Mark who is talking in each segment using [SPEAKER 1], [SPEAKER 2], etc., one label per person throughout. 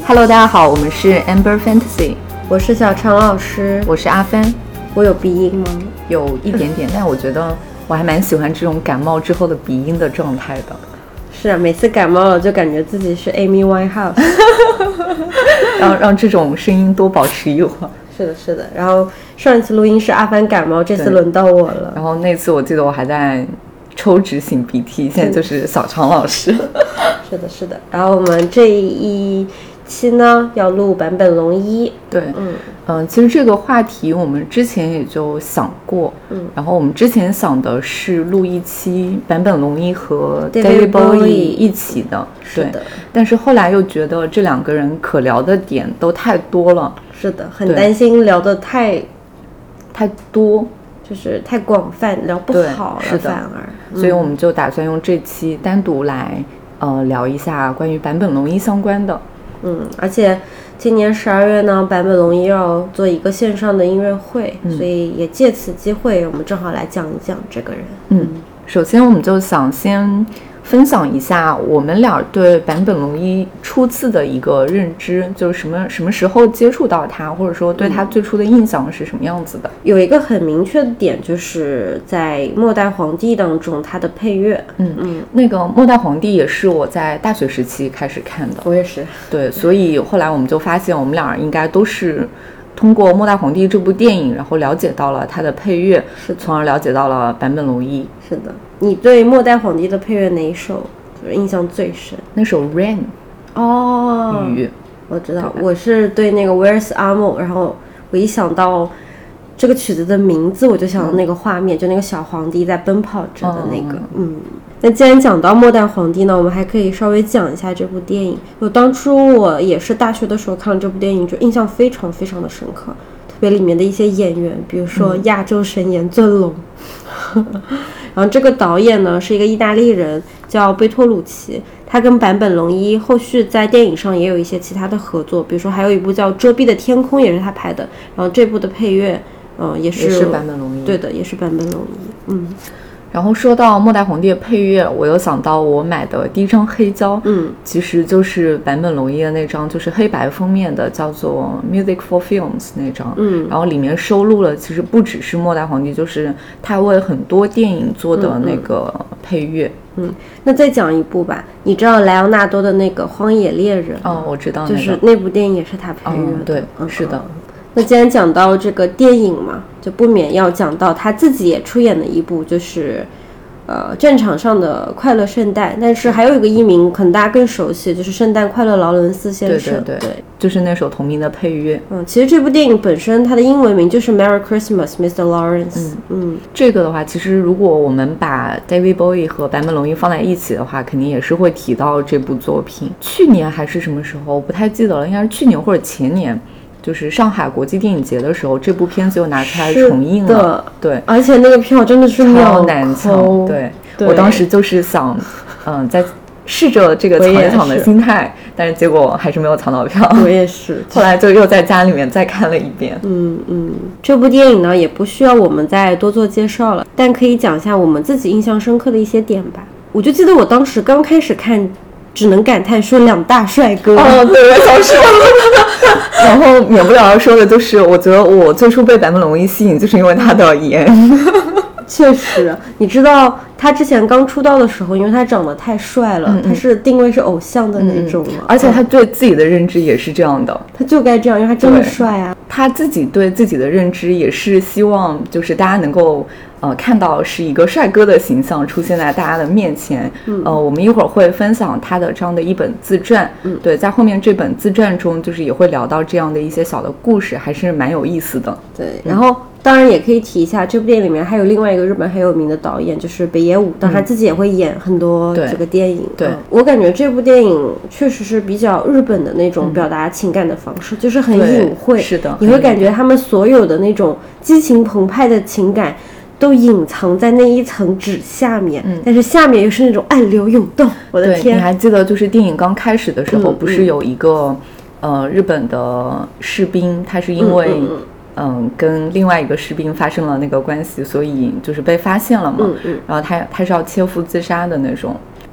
[SPEAKER 1] Hello， 大家好，我们是 Amber Fantasy，
[SPEAKER 2] 我是小常老师，
[SPEAKER 1] 我是阿芬。
[SPEAKER 2] 我有鼻音吗？
[SPEAKER 1] 有一点点，但我觉得我还蛮喜欢这种感冒之后的鼻音的状态的。
[SPEAKER 2] 是啊，每次感冒了就感觉自己是 Amy Winehouse，
[SPEAKER 1] 让这种声音多保持一会儿。
[SPEAKER 2] 是的，是的。然后上一次录音是阿帆感冒，这次轮到我了。
[SPEAKER 1] 然后那次我记得我还在抽纸擤鼻涕，现在就是小常老师。
[SPEAKER 2] 是的，是的。然后我们这一期呢要录坂本龙一。
[SPEAKER 1] 对，其实这个话题我们之前也就想过，然后我们之前想的是录一期坂本龙一和 David Bowie 一起的，对。但是后来又觉得这两个人可聊的点都太多了，
[SPEAKER 2] 是的，很担心聊得太
[SPEAKER 1] 多，
[SPEAKER 2] 就是太广泛，聊不好了反而。
[SPEAKER 1] 所以我们就打算用这期单独来聊一下关于坂本龙一相关的。
[SPEAKER 2] 而且今年12月呢，坂本龙一要做一个线上的音乐会，所以也借此机会，我们正好来讲一讲这个人。
[SPEAKER 1] 首先我们就想先分享一下我们俩对坂本龙一初次的一个认知，就是什么时候接触到他，或者说对他最初的印象是什么样子的。
[SPEAKER 2] 有一个很明确的点，就是在《末代皇帝》当中他的配乐。
[SPEAKER 1] 那个《末代皇帝》也是我在大学时期开始看的。
[SPEAKER 2] 我也是。对，
[SPEAKER 1] 所以后来我们就发现我们俩应该都是通过《末代皇帝》这部电影，然后了解到了他的配乐，从而了解到了坂本龙一。
[SPEAKER 2] 是的。你对《末代皇帝》的配乐哪一首就是印象最深？
[SPEAKER 1] 那首 Rain。 雨。
[SPEAKER 2] 我知道，我是对那个 Where's Amo， 然后我一想到这个曲子的名字，我就想到那个画面，就那个小皇帝在奔跑着的那个。那既然讲到末代皇帝呢，我们还可以稍微讲一下这部电影。当初我也是大学的时候看了这部电影，就印象非常非常的深刻，特别里面的一些演员，比如说亚洲神颜尊龙。然后这个导演呢是一个意大利人，叫贝托鲁奇，他跟坂本龙一后续在电影上也有一些其他的合作，比如说还有一部叫《遮蔽的天空》也是他拍的，然后这部的配乐也是
[SPEAKER 1] 坂本龙一。
[SPEAKER 2] 对的，也是坂本龙一。
[SPEAKER 1] 然后说到末代皇帝的配乐，我又想到我买的第一张黑胶，其实就是坂本龙一的那张，就是黑白封面的，叫做 Music for Films 那张。然后里面收录了其实不只是末代皇帝，就是他为很多电影做的那个配乐。
[SPEAKER 2] 那再讲一部吧，你知道莱昂纳多的那个《荒野猎人》？
[SPEAKER 1] 我知道，
[SPEAKER 2] 就是那部电影也是他配乐的。
[SPEAKER 1] 对，是的。
[SPEAKER 2] 那既然讲到这个电影嘛，就不免要讲到他自己也出演的一部，就是战场上的快乐圣诞。但是还有一个译名可能大家更熟悉，就是圣诞快乐劳伦斯先生。
[SPEAKER 1] 对，就是那首同名的配乐。
[SPEAKER 2] 其实这部电影本身它的英文名就是 Merry Christmas Mr. Lawrence。
[SPEAKER 1] 这个的话，其实如果我们把 David Bowie 和坂本龙一放在一起的话，肯定也是会提到这部作品。去年还是什么时候我不太记得了，应该是去年或者前年，就是上海国际电影节的时候，这部片子又拿出来重映了。对，
[SPEAKER 2] 而且那个票真的是
[SPEAKER 1] 超难抢。对，我当时就是想在试着这个抢一抢的心态，但是结果还是没有抢到票。
[SPEAKER 2] 我也是。
[SPEAKER 1] 后来就又在家里面再看了一遍。
[SPEAKER 2] 这部电影呢也不需要我们再多做介绍了，但可以讲一下我们自己印象深刻的一些点吧。我就记得我当时刚开始看，只能感叹说两大帅哥。
[SPEAKER 1] 对，我想说。然后免不了要说的就是，我觉得我最初被坂本龙一吸引，就是因为他的颜。
[SPEAKER 2] 确实，你知道他之前刚出道的时候，因为他长得太帅了，他是定位是偶像的那种嘛。
[SPEAKER 1] 而且他对自己的认知也是这样的，
[SPEAKER 2] 他就该这样，因为他真的帅啊。
[SPEAKER 1] 他自己对自己的认知也是希望，就是大家能够看到是一个帅哥的形象出现在大家的面前。我们一会儿会分享他的这样的一本自传。对，在后面这本自传中，就是也会聊到这样的一些小的故事，还是蛮有意思的。
[SPEAKER 2] 对，然后当然也可以提一下，这部电影里面还有另外一个日本很有名的导演，就是北野武，当然他自己也会演很多这个电影。
[SPEAKER 1] 对，
[SPEAKER 2] 我感觉这部电影确实是比较日本的那种表达情感的方式，就是很隐晦。
[SPEAKER 1] 是的，
[SPEAKER 2] 你会感觉他们所有的那种激情澎湃的情感都隐藏在那一层纸下面，但是下面又是那种暗流涌动。我的天！
[SPEAKER 1] 你还记得就是电影刚开始的时候，不是有一个日本的士兵，他是因为跟另外一个士兵发生了那个关系，所以就是被发现了嘛。然后他是要切腹自杀的那种。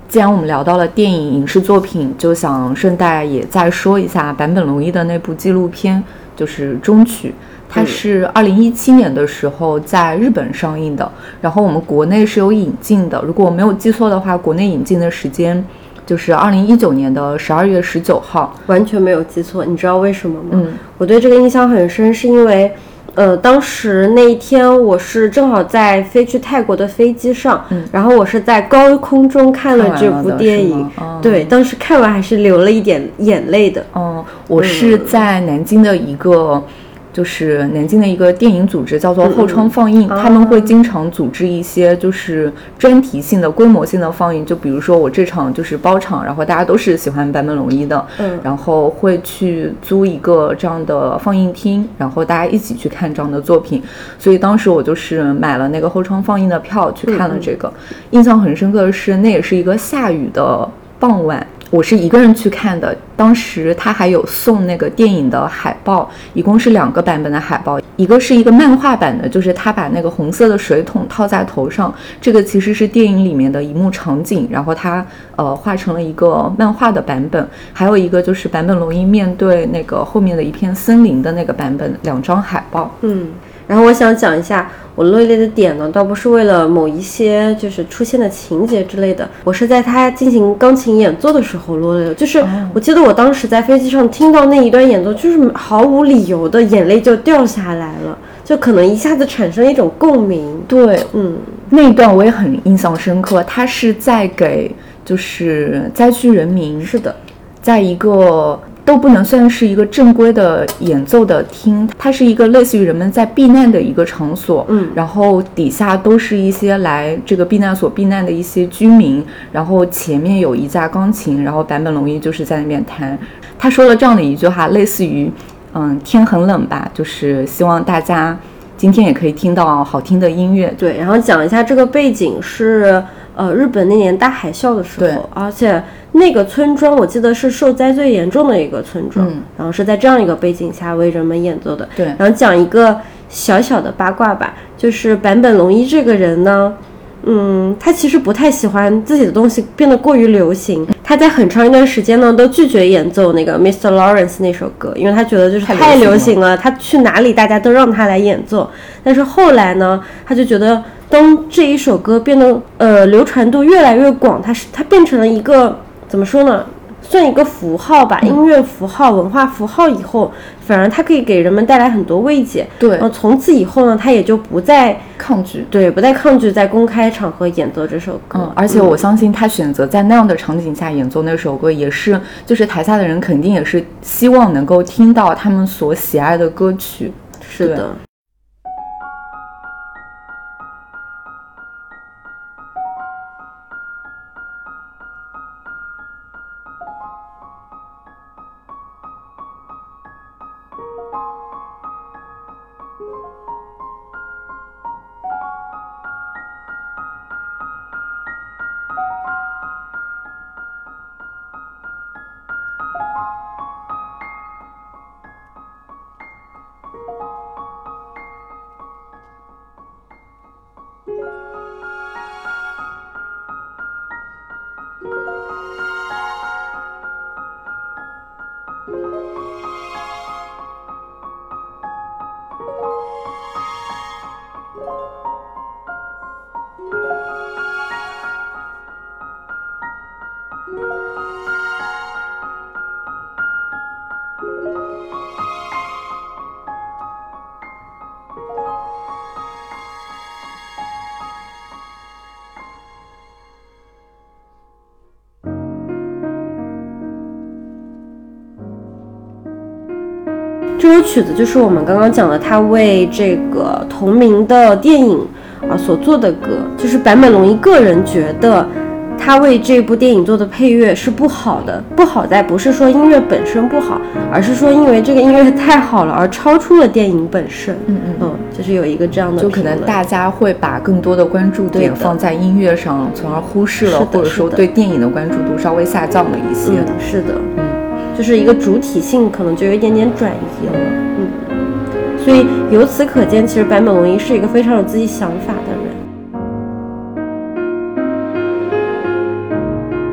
[SPEAKER 1] 既然我们聊到了电影影视作品，就想顺带也再说一下坂本龙一的那部纪录片，就是《终曲》。它是2017年的时候在日本上映的，然后我们国内是有引进的。如果我没有记错的话，国内引进的时间就是2019年的12月19号。
[SPEAKER 2] 完全没有记错，你知道为什么吗？我对这个印象很深，是因为当时那一天我是正好在飞去泰国的飞机上，然后我是在高空中看了这部电影，对，当时看完还是流了一点眼泪的。
[SPEAKER 1] 我是在南京的一个电影组织叫做后窗放映，他们会经常组织一些就是专题性的规模性的放映，就比如说我这场就是包场，然后大家都是喜欢坂本龙一的，然后会去租一个这样的放映厅，然后大家一起去看这样的作品。所以当时我就是买了那个后窗放映的票去看了这个，印象很深刻的是那也是一个下雨的傍晚，我是一个人去看的。当时他还有送那个电影的海报，一共是2个版本的海报，一个是一个漫画版的，就是他把那个红色的水桶套在头上，这个其实是电影里面的一幕场景，然后他画成了一个漫画的版本。还有一个就是坂本龙一面对那个后面的一片森林的那个版本，2张海报。
[SPEAKER 2] 然后我想讲一下我落泪的点呢，倒不是为了某一些就是出现的情节之类的，我是在他进行钢琴演奏的时候落泪了。就是我记得我当时在飞机上听到那一段演奏，就是毫无理由的眼泪就掉下来了，就可能一下子产生一种共鸣。
[SPEAKER 1] 对，那一段我也很印象深刻，他是在给就是灾区人民，
[SPEAKER 2] 是的，
[SPEAKER 1] 在一个都不能算是一个正规的演奏的厅，它是一个类似于人们在避难的一个场所，然后底下都是一些来这个避难所避难的一些居民，然后前面有一架钢琴，然后坂本龙一就是在那边弹。他说了这样的一句话，类似于天很冷吧，就是希望大家今天也可以听到好听的音乐。
[SPEAKER 2] 对，然后讲一下这个背景是日本那年大海啸的时候，而且那个村庄我记得是受灾最严重的一个村庄，然后是在这样一个背景下为人们演奏的。
[SPEAKER 1] 对，
[SPEAKER 2] 然后讲一个小小的八卦吧，就是坂本龙一这个人呢，他其实不太喜欢自己的东西变得过于流行，他在很长一段时间呢都拒绝演奏那个 Mr. Lawrence 那首歌，因为他觉得就是太流行了，他去哪里大家都让他来演奏。但是后来呢，他就觉得当这一首歌变得流传度越来越广，它变成了一个怎么说呢，算一个符号吧，音乐符号、文化符号以后，反而它可以给人们带来很多慰藉。
[SPEAKER 1] 对，
[SPEAKER 2] 然后从此以后呢，他也就不再
[SPEAKER 1] 抗拒，
[SPEAKER 2] 对，不再抗拒在公开场合演奏这首歌。
[SPEAKER 1] 而且我相信他选择在那样的场景下演奏那首歌，也是就是台下的人肯定也是希望能够听到他们所喜爱的歌曲。
[SPEAKER 2] 是的。这首曲子就是我们刚刚讲的他为这个同名的电影所做的歌，就是坂本龙一个人觉得他为这部电影做的配乐是不好的，不好在不是说音乐本身不好，而是说因为这个音乐太好了而超出了电影本身。就是有一个这样的，
[SPEAKER 1] 就可能大家会把更多的关注点放在音乐上，从而忽视了或者说对电影的关注度稍微下降了一些。
[SPEAKER 2] 是的，就是一个主体性可能就有一点点转移了。所以由此可见，其实坂本龙一是一个非常有自己想法的人。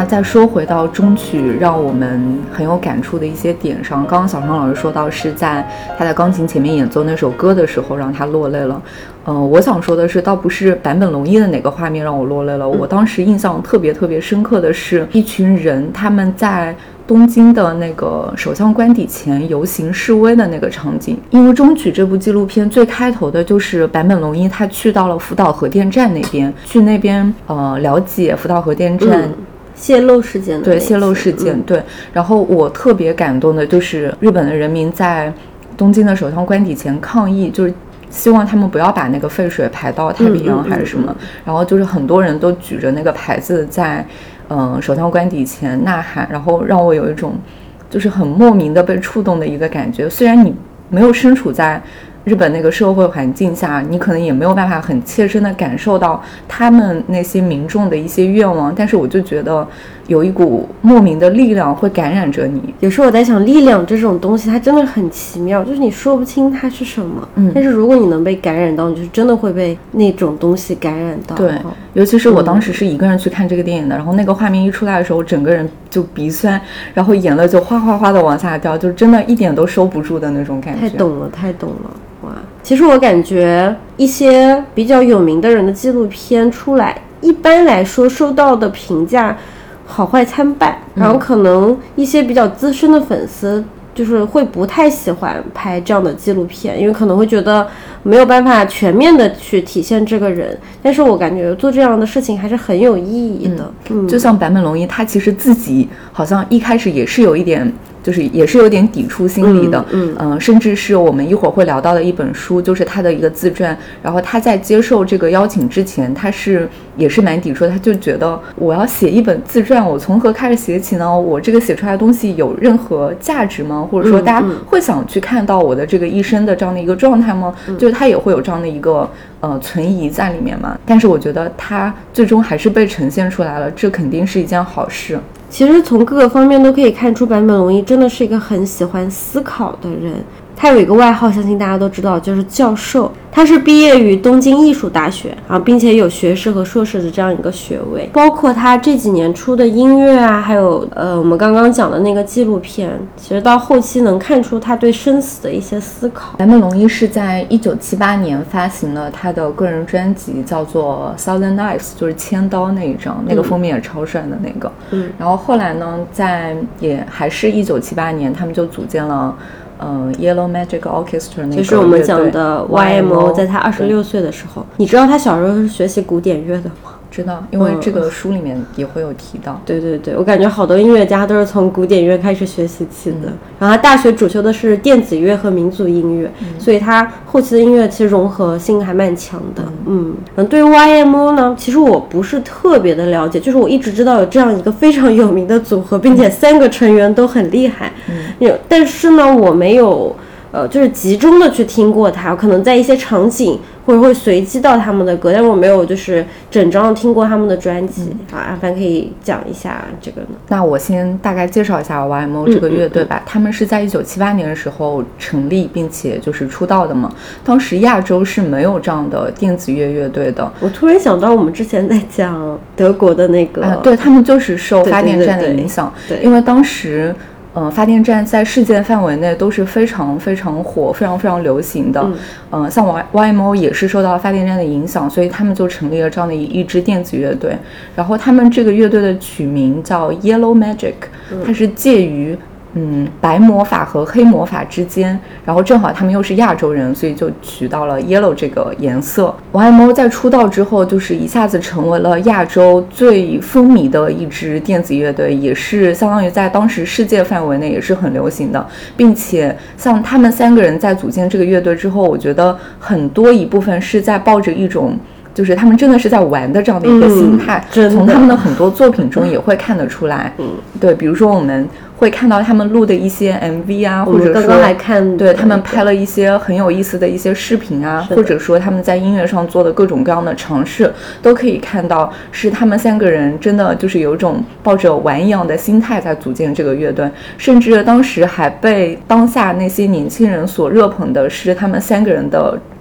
[SPEAKER 1] 再说回到中曲让我们很有感触的一些点上，刚刚小昌老师说到是在他在钢琴前面演奏那首歌的时候让他落泪了。我想说的是，倒不是坂本龙一的哪个画面让我落泪了，我当时印象特别深刻的是一群人他们在东京的那个首相官邸前游行示威的那个场景。因为中曲这部纪录片最开头的就是坂本龙一他去到了福岛核电站那边，去那边了解福岛核电站
[SPEAKER 2] 泄漏事件的
[SPEAKER 1] 对泄漏事件对。然后我特别感动的就是日本的人民在东京的首相官邸前抗议，就是希望他们不要把那个废水排到太平洋还是什么，然后就是很多人都举着那个牌子在首相官邸前呐喊，然后让我有一种就是很莫名的被触动的一个感觉。虽然你没有身处在日本那个社会环境下，你可能也没有办法很切身的感受到他们那些民众的一些愿望，但是我就觉得有一股莫名的力量会感染着你。
[SPEAKER 2] 有时候我在想，力量这种东西它真的很奇妙，就是你说不清它是什么，但是如果你能被感染到，你就是真的会被那种东西感染到。
[SPEAKER 1] 对，尤其是我当时是一个人去看这个电影的，然后那个画面一出来的时候，整个人就鼻酸，然后眼泪就哗哗哗的往下掉，就真的一点都收不住的那种感觉。
[SPEAKER 2] 太懂了太懂了。哇，其实我感觉一些比较有名的人的纪录片出来，一般来说受到的评价好坏参半，然后可能一些比较资深的粉丝就是会不太喜欢拍这样的纪录片，因为可能会觉得没有办法全面的去体现这个人，但是我感觉做这样的事情还是很有意义的。
[SPEAKER 1] 就像坂本龙一他其实自己好像一开始也是有一点就是也是有点抵触心理的，甚至是我们一会儿会聊到的一本书，就是他的一个自传。然后他在接受这个邀请之前，他也是蛮抵触的，他就觉得我要写一本自传，我从何开始写起呢？我这个写出来的东西有任何价值吗？或者说大家会想去看到我的这个一生的这样的一个状态吗？就是他也会有这样的一个存疑在里面嘛。但是我觉得他最终还是被呈现出来了，这肯定是一件好事。
[SPEAKER 2] 其实从各个方面都可以看出坂本龙一真的是一个很喜欢思考的人。他有一个外号相信大家都知道，就是教授。他是毕业于东京艺术大学并且有学士和硕士的这样一个学位。包括他这几年出的音乐还有我们刚刚讲的那个纪录片，其实到后期能看出他对生死的一些思考。
[SPEAKER 1] 坂本龙一是在1978年发行了他的个人专辑，叫做 Thousand Knives， 就是千刀那一张，那个封面也超帅的那个。然后后来呢，也还是1978年，他们就组建了Yellow Magic Orchestra， 那个
[SPEAKER 2] 就是我们讲的 YMO， 在他26岁的时候。你知道他小时候是学习古典乐的吗？
[SPEAKER 1] 知道，因为这个书里面也会有提到。
[SPEAKER 2] 对对对，我感觉好多音乐家都是从古典乐开始学习起的。然后他大学主修的是电子乐和民族音乐，所以他后期的音乐其实融合性还蛮强的。对于 YMO 呢，其实我不是特别的了解，就是我一直知道有这样一个非常有名的组合，并且3个成员都很厉害。但是呢，我没有就是集中的去听过他，可能在一些场景或者会随机到他们的歌，但是我没有就是整张听过他们的专辑。阿凡可以讲一下这个呢？
[SPEAKER 1] 那我先大概介绍一下 YMO 这个乐队吧。他们是在1978年的时候成立并且就是出道的嘛。当时亚洲是没有这样的电子乐乐队的。
[SPEAKER 2] 我突然想到我们之前在讲德国的那个
[SPEAKER 1] 对，他们就是受发电站的影响。对，因为当时发电站在世界范围内都是非常非常火、非常非常流行的。像 YMO 也是受到发电站的影响，所以他们就成立了这样的一支电子乐队。然后他们这个乐队的曲名叫 Yellow Magic， 它是介于白魔法和黑魔法之间，然后正好他们又是亚洲人，所以就取到了 yellow 这个颜色。YMO 在出道之后，就是一下子成为了亚洲最风靡的一支电子乐队，也是相当于在当时世界范围内也是很流行的。并且像他们3个人在组建这个乐队之后，我觉得很多一部分是在抱着一种就是他们真的是在玩的这样的一个心态，从他们的很多作品中也会看得出来。对，比如说我们会看到他们录的一些 MV 啊，或者说
[SPEAKER 2] 刚刚还看
[SPEAKER 1] 对他们拍了一些很有意思的一些视频啊，或者说他们在音乐上做的各种各样的尝试，都可以看到是他们3个人真的就是有一种抱着玩一样的心态在组建这个乐队。甚至当时还被当下那些年轻人所热捧的是他们3个人的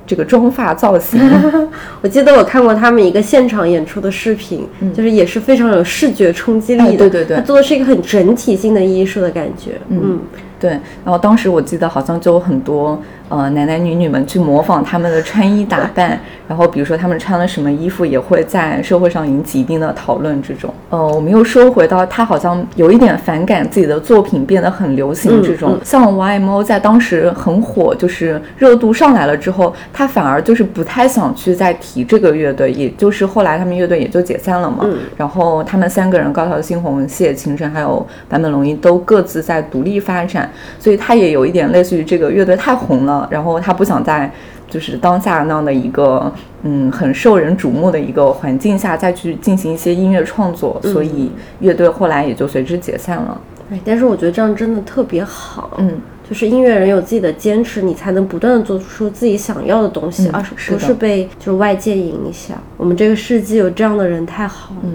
[SPEAKER 1] 这个妆发造型。
[SPEAKER 2] 我记得我看过他们一个现场演出的视频，就是也是非常有视觉冲击力的。
[SPEAKER 1] 对，他
[SPEAKER 2] 做的是一个很整体性的艺术的感觉。
[SPEAKER 1] 对。然后当时我记得好像就有很多男男女们去模仿他们的穿衣打扮，然后比如说他们穿了什么衣服也会在社会上引起一定的讨论这种。我们又说回到他好像有一点反感自己的作品变得很流行这种。像 YMO 在当时很火，就是热度上来了之后，他反而就是不太想去再提这个乐队，也就是后来他们乐队也就解散了嘛。然后他们3个人高桥幸宏、谢晴晨还有坂本龙一都各自在独立发展，所以他也有一点类似于这个乐队太红了，然后他不想在就是当下那样的一个很受人瞩目的一个环境下再去进行一些音乐创作，所以乐队后来也就随之解散了。
[SPEAKER 2] 但是我觉得这样真的特别好。就是音乐人有自己的坚持，你才能不断的做出自己想要的东西，而不是被就是外界影响。我们这个世纪有这样的人太好了。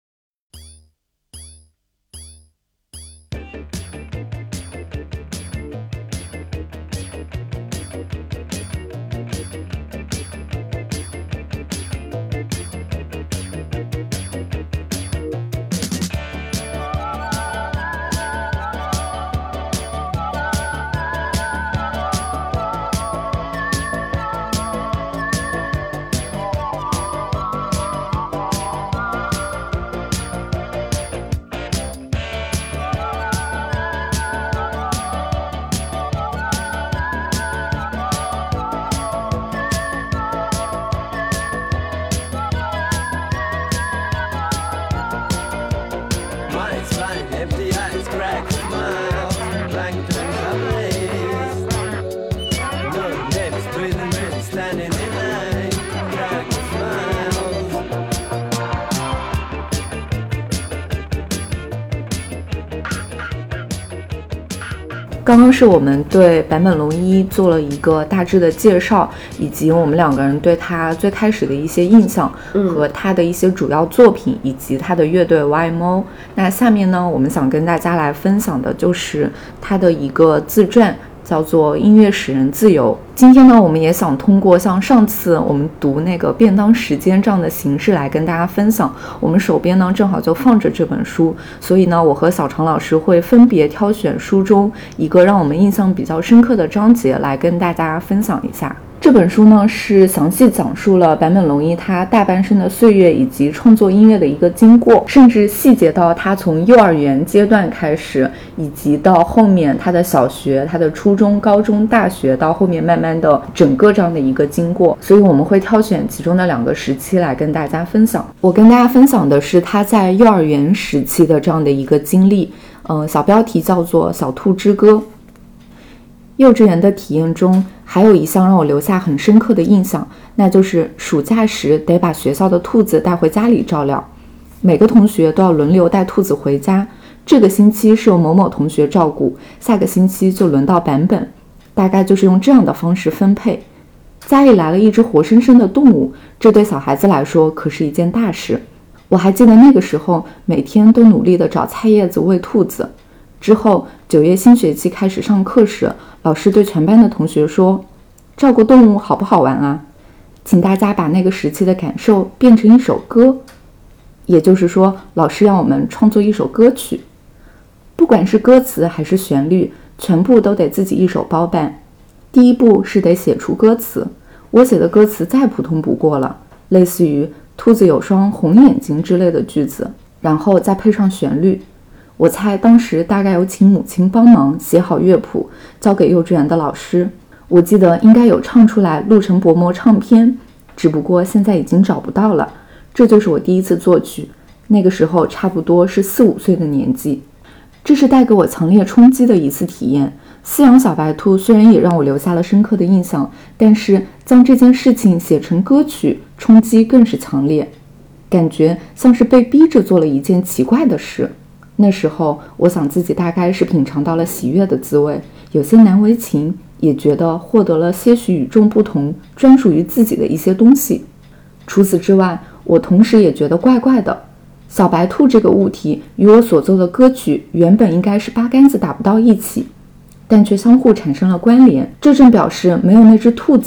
[SPEAKER 1] 刚刚是我们对坂本龙一做了一个大致的介绍，以及我们2个人对他最开始的一些印象和他的一些主要作品，以及他的乐队 YMO。 那下面呢，我们想跟大家来分享的就是他的一个自传，叫做《音乐使人自由》。今天呢，我们也想通过像上次我们读那个便当时间这样的形式来跟大家分享。我们手边呢正好就放着这本书，所以呢，我和小常老师会分别挑选书中一个让我们印象比较深刻的章节来跟大家分享一下。这本书呢是详细讲述了坂本龙一他大半生的岁月以及创作音乐的一个经过，甚至细节到他从幼儿园阶段开始，以及到后面他的小学、他的初中、高中、大学，到后面慢慢的整个这样的一个经过。所以我们会挑选其中的2个时期来跟大家分享。我跟大家分享的是他在幼儿园时期的这样的一个经历，小标题叫做《小兔之歌》。幼稚园的体验中还有一项让我留下很深刻的印象，那就是暑假时得把学校的兔子带回家里照料。每个同学都要轮流带兔子回家，这个星期是由某某同学照顾，下个星期就轮到版本，大概就是用这样的方式分配。家里来了一只活生生的动物，这对小孩子来说可是一件大事。我还记得那个时候每天都努力地找菜叶子喂兔子。之后9月新学期开始上课时，老师对全班的同学说，照顾动物好不好玩啊？请大家把那个时期的感受变成一首歌。也就是说，老师让我们创作一首歌曲，不管是歌词还是旋律，全部都得自己一手包办。第一步是得写出歌词，我写的歌词再普通不过了，类似于兔子有双红眼睛之类的句子，然后再配上旋律。我猜当时大概有请母亲帮忙写好乐谱，交给幼稚园的老师。我记得应该有唱出来录成薄膜唱片，只不过现在已经找不到了。这就是我第一次作曲，那个时候差不多是4、5岁的年纪。这是带给我强烈冲击的一次体验。饲养小白兔虽然也让我留下了深刻的印象，但是将这件事情写成歌曲，冲击更是强烈，感觉像是被逼着做了一件奇怪的事。那时候我想自己大概是品尝到了喜悦的滋味，有些难为情，也觉得获得了些许与众不同专属于自己的一些东西。除此之外，我同时也觉得怪怪的，小白兔这个物体与我所奏的歌曲原本应该是八竿子打不到一起，但却相互产生了关联。这正表示没有那只兔子，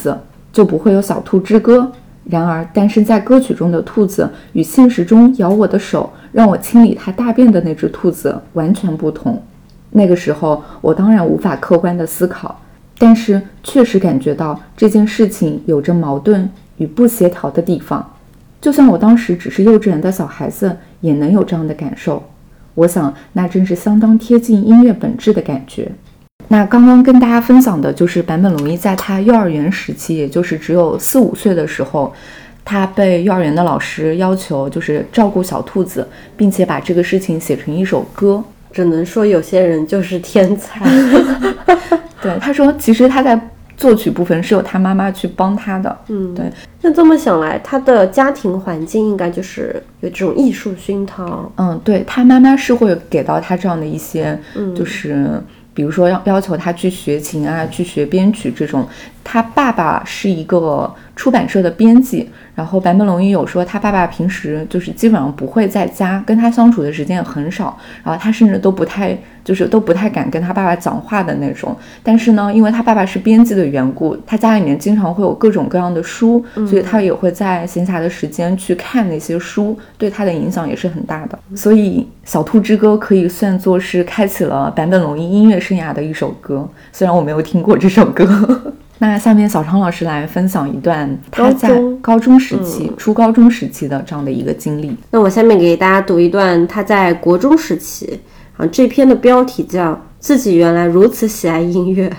[SPEAKER 1] 就不会有小兔之歌。然而诞生在歌曲中的兔子与现实中咬我的手让我清理它大便的那只兔子完全不同。那个时候我当然无法客观地思考，但是确实感觉到这件事情有着矛盾与不协调的地方，就像我当时只是幼稚园的小孩子也能有这样的感受。我想那正是相当贴近音乐本质的感觉。那刚刚跟大家分享的就是坂本龙一在他幼儿园时期，也就是只有4-5岁的时候，他被幼儿园的老师要求就是照顾小兔子，并且把这个事情写成一首歌。
[SPEAKER 2] 只能说有些人就是天才。
[SPEAKER 1] 对，他说其实他在作曲部分是有他妈妈去帮他的。对。
[SPEAKER 2] 那这么想来，他的家庭环境应该就是有这种艺术熏陶。
[SPEAKER 1] 对，他妈妈是会给到他这样的一些，就是比如说要求他去学琴啊，去学编曲这种。他爸爸是一个出版社的编辑，然后坂本龙一有说他爸爸平时就是基本上不会在家，跟他相处的时间也很少，然后他甚至都不太敢跟他爸爸讲话的那种。但是呢，因为他爸爸是编辑的缘故，他家里面经常会有各种各样的书，所以他也会在闲暇的时间去看那些书，对他的影响也是很大的。所以小兔之歌可以算作是开启了坂本龙一音乐生涯的一首歌，虽然我没有听过这首歌。那下面小昌老师来分享一段他在高中时期、初高中时期的这样的一个经历。
[SPEAKER 2] 那我下面给大家读一段他在国中时期，这篇的标题叫自己原来如此喜爱音乐。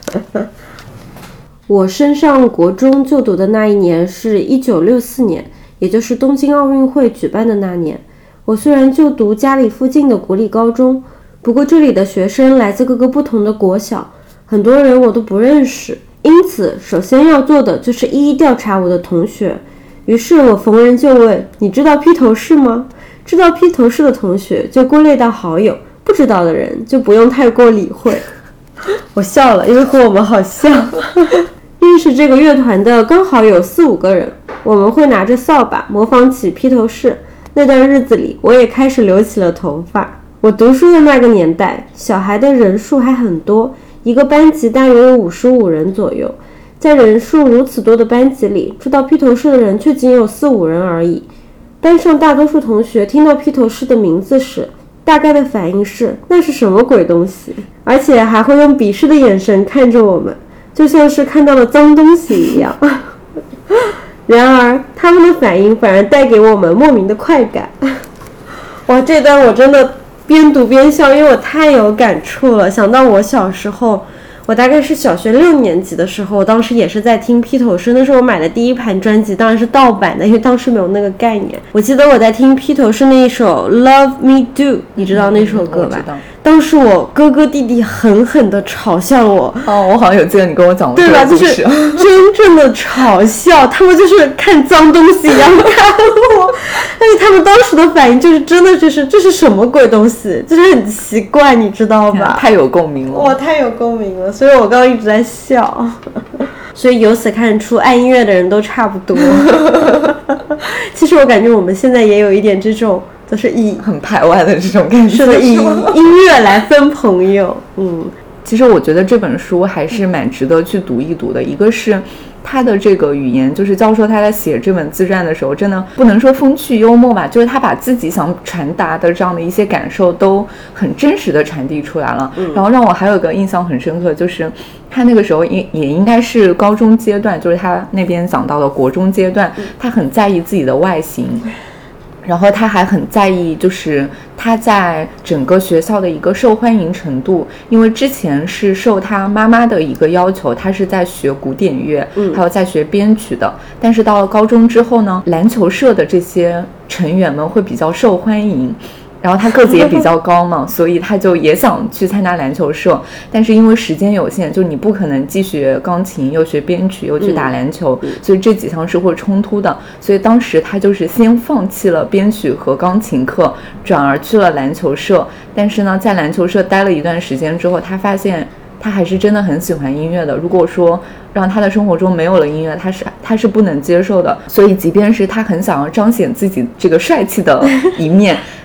[SPEAKER 2] 我升上国中就读的那一年是1964年，也就是东京奥运会举办的那年。我虽然就读家里附近的国立高中，不过这里的学生来自各个不同的国小，很多人我都不认识。因此首先要做的就是一一调查我的同学。于是我逢人就问，你知道披头士吗？知道披头士的同学就归类到好友，不知道的人就不用太过理会。我笑了，因为和我们好像。认识这个乐团的刚好有4-5个人，我们会拿着扫把模仿起披头士。那段日子里我也开始留起了头发。我读书的那个年代，小孩的人数还很多，一个班级大约有55人左右。在人数如此多的班级里，知道披头士的人却仅有4-5人而已。班上大多数同学听到披头士的名字时，大概的反应是那是什么鬼东西，而且还会用鄙视的眼神看着我们，就像是看到了脏东西一样。然而他们的反应反而带给我们莫名的快感。哇，这段我真的边读边笑，因为我太有感触了。想到我小时候，我大概是小学6年级的时候，我当时也是在听披头士，那是我买的第一盘专辑，当然是盗版的，因为当时没有那个概念。我记得我在听披头士那一首 Love Me Do， 你知道那首歌吧？当时我哥哥弟弟狠狠地嘲笑我。
[SPEAKER 1] 我好像有记得你跟我讲过这个故事。
[SPEAKER 2] 对吧？就是真正的嘲笑，他们就是看脏东西一样看我。但是他们当时的反应就是真的就是这是什么鬼东西，就是很奇怪，你知道吧？
[SPEAKER 1] 太有共鸣了。
[SPEAKER 2] 我太有共鸣了，所以我刚刚一直在笑。所以由此看出爱音乐的人都差不多。其实我感觉我们现在也有一点这种就是以
[SPEAKER 1] 很排外的这种感觉，
[SPEAKER 2] 是的，以音乐来分朋友。
[SPEAKER 1] 其实我觉得这本书还是蛮值得去读一读的。一个是他的这个语言，就是教授他在写这本自传的时候，真的不能说风趣幽默吧，就是他把自己想传达的这样的一些感受都很真实的传递出来了。然后让我还有个印象很深刻，就是他那个时候也应该是高中阶段，就是他那边讲到的国中阶段，他很在意自己的外形。然后他还很在意，就是他在整个学校的一个受欢迎程度，因为之前是受他妈妈的一个要求，他是在学古典乐，还有在学编曲的。但是到了高中之后呢，篮球社的这些成员们会比较受欢迎。然后他个子也比较高嘛，所以他就也想去参加篮球社，但是因为时间有限，就你不可能既学钢琴又学编曲又去打篮球，所以这几项是会冲突的。所以当时他就是先放弃了编曲和钢琴课，转而去了篮球社。但是呢，在篮球社待了一段时间之后，他发现他还是真的很喜欢音乐的。如果说让他的生活中没有了音乐，他是不能接受的。所以即便是他很想要彰显自己这个帅气的一面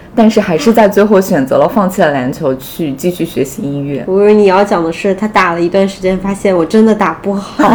[SPEAKER 1] 但是还是在最后选择了放弃了篮球，去继续学习音乐。
[SPEAKER 2] 我以为你要讲的是他打了一段时间，发现我真的打不好。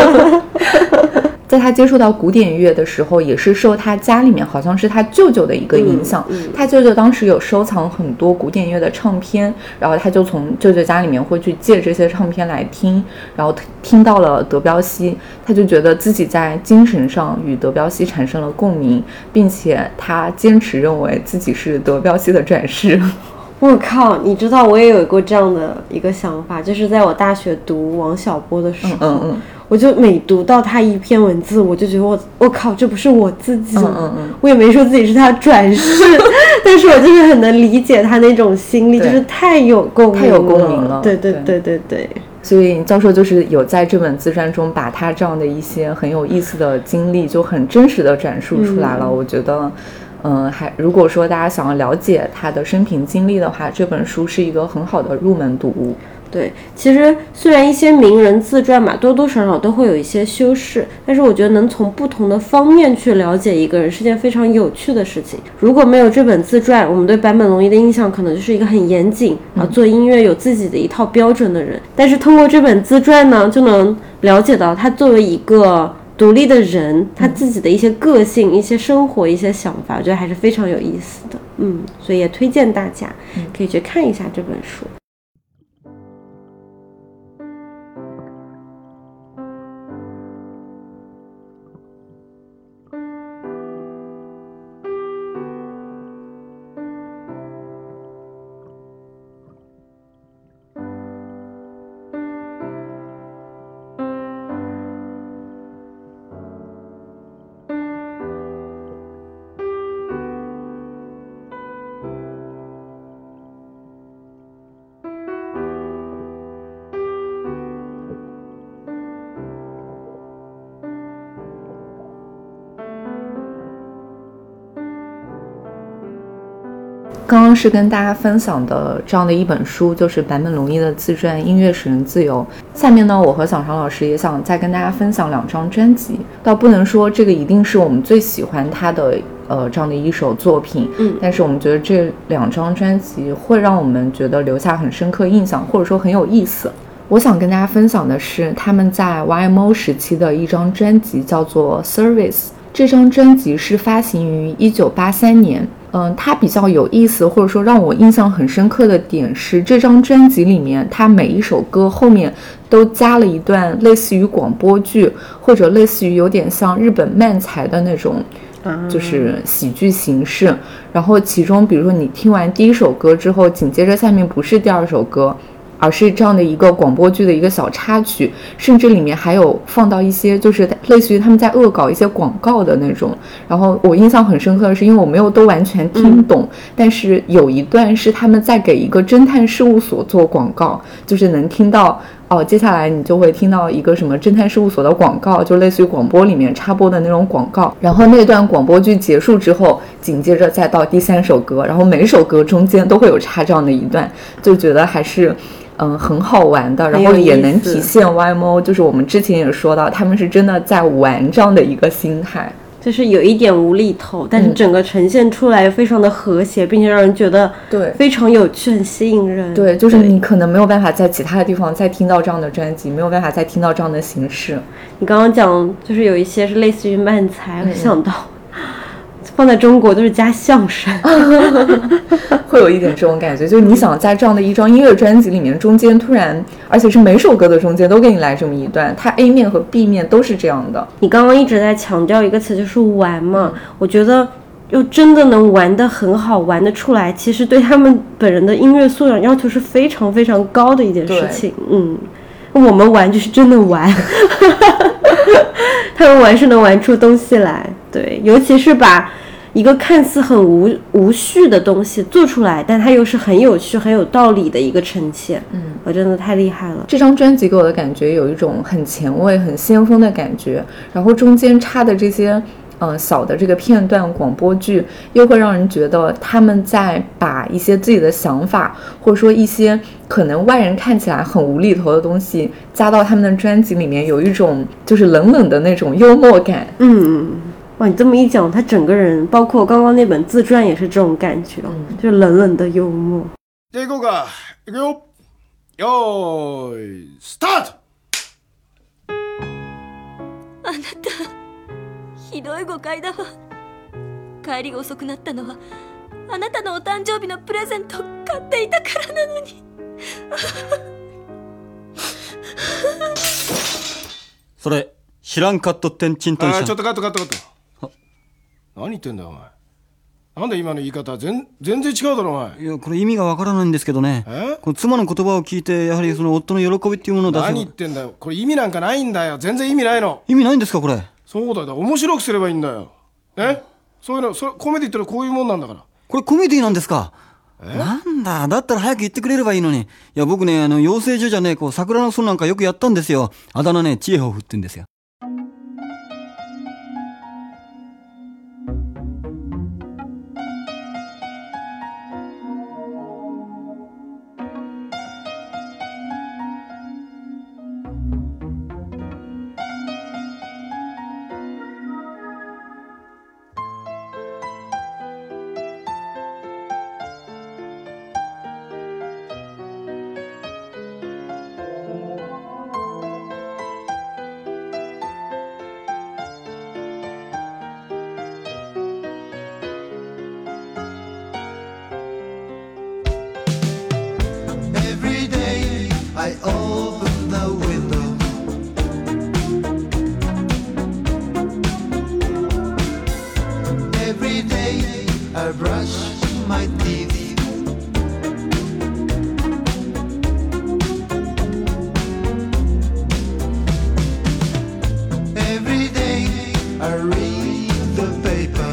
[SPEAKER 1] 在他接触到古典乐的时候，也是受他家里面好像是他舅舅的一个影响。他舅舅当时有收藏很多古典乐的唱片，然后他就从舅舅家里面会去借这些唱片来听，然后听到了德彪西，他就觉得自己在精神上与德彪西产生了共鸣，并且他坚持认为自己是德彪西的转世。
[SPEAKER 2] 我靠，你知道我也有过这样的一个想法，就是在我大学读王小波的时候，我就每读到他一篇文字，我就觉得我靠，这不是我自己，我也没说自己是他转世，但是我就是很能理解他那种心理，就是太有共鸣了，对对对对对。
[SPEAKER 1] 所以教授就是有在这本自传中把他这样的一些很有意思的经历就很真实的展述出来了，我觉得如果说大家想要了解他的生平经历的话，这本书是一个很好的入门读物。
[SPEAKER 2] 对，其实虽然一些名人自传嘛，多多少少都会有一些修饰，但是我觉得能从不同的方面去了解一个人是件非常有趣的事情。如果没有这本自传，我们对坂本龙一的印象可能就是一个很严谨做音乐有自己的一套标准的人，但是通过这本自传呢，就能了解到他作为一个独立的人，他自己的一些个性、一些生活、一些想法，我觉得还是非常有意思的。所以也推荐大家可以去看一下这本书。
[SPEAKER 1] 刚刚是跟大家分享的这样的一本书，就是坂本龙一的自传《音乐使人自由》。下面呢，我和小常老师也想再跟大家分享2张专辑，倒不能说这个一定是我们最喜欢他的这样的一首作品，但是我们觉得这2张专辑会让我们觉得留下很深刻印象，或者说很有意思。我想跟大家分享的是他们在 YMO 时期的一张专辑，叫做 Service。这张专辑是发行于1983年。它比较有意思，或者说让我印象很深刻的点是，这张专辑里面它每一首歌后面都加了一段类似于广播剧，或者类似于有点像日本漫才的那种就是喜剧形式。然后其中比如说你听完第一首歌之后，紧接着下面不是第2首歌，而是这样的一个广播剧的一个小插曲，甚至里面还有放到一些就是类似于他们在恶搞一些广告的那种。然后我印象很深刻的是，因为我没有都完全听懂，但是有一段是他们在给一个侦探事务所做广告，就是能听到接下来你就会听到一个什么侦探事务所的广告，就类似于广播里面插播的那种广告。然后那段广播剧结束之后，紧接着再到第3首歌，然后每首歌中间都会有插这样的一段，就觉得还是很好玩的，然后也能体现 YMO 就是我们之前也说到他们是真的在玩这样的一个心态，
[SPEAKER 2] 就是有一点无厘头，但是整个呈现出来非常的和谐，并且让人觉得
[SPEAKER 1] 对
[SPEAKER 2] 非常有趣，很吸引人。
[SPEAKER 1] 对，就是你可能没有办法在其他的地方再听到这样的专辑，没有办法再听到这样的形式。
[SPEAKER 2] 你刚刚讲就是有一些是类似于漫才，我想到放在中国都是加相声
[SPEAKER 1] 会有一点这种感觉，就是你想在这样的一张音乐专辑里面中间突然，而且是每首歌的中间都给你来这么一段，它 A 面和 B 面都是这样的。
[SPEAKER 2] 你刚刚一直在强调一个词，就是玩嘛，我觉得又真的能玩得很好，玩得出来，其实对他们本人的音乐素养要求是非常非常高的一件事情。我们玩就是真的玩他们玩是能玩出东西来。对，尤其是把一个看似很无序的东西做出来，但它又是很有趣很有道理的一个呈现。我真的太厉害了。
[SPEAKER 1] 这张专辑给我的感觉有一种很前卫很先锋的感觉，然后中间插的这些小的这个片段广播剧又会让人觉得他们在把一些自己的想法，或者说一些可能外人看起来很无厘头的东西加到他们的专辑里面，有一种就是冷冷的那种幽默感。
[SPEAKER 2] 哇，你这么一讲，他整个人，包括刚刚那本自传也是这种感觉，就冷冷的幽默。
[SPEAKER 3] じゃあ行こうか。行くよ。よーい、スタート。
[SPEAKER 4] あなた、ひどい誤解だわ。帰りが遅くなったのはあなたのお誕生日のプレゼントを買っていたからなのに。
[SPEAKER 5] それ知らんかっとってんちんとんしゃん。
[SPEAKER 3] ちょっとカット。何言ってんだよお前。なんで今の言い方全然違うだろお前。
[SPEAKER 5] いやこれ意味がわからないんですけどね。この妻の言葉を聞いてやはりその夫の喜びっていうものを出す。
[SPEAKER 3] 何言ってんだよ。これ意味なんかないんだよ。全然意味ないの。
[SPEAKER 5] 意味ないんですかこれ。
[SPEAKER 3] そうだよ。面白くすればいいんだよ。そういうのコメディってのはこういうもんなんだから。
[SPEAKER 5] これコメディなんですか。なんだったら早く言ってくれればいいのに。いや僕ね養成所じゃね桜の園なんかよくやったんですよ。あだ名ねチエホフって言うんですよ。
[SPEAKER 6] I open the window. Every day I brush my teeth. Every day I read the paper.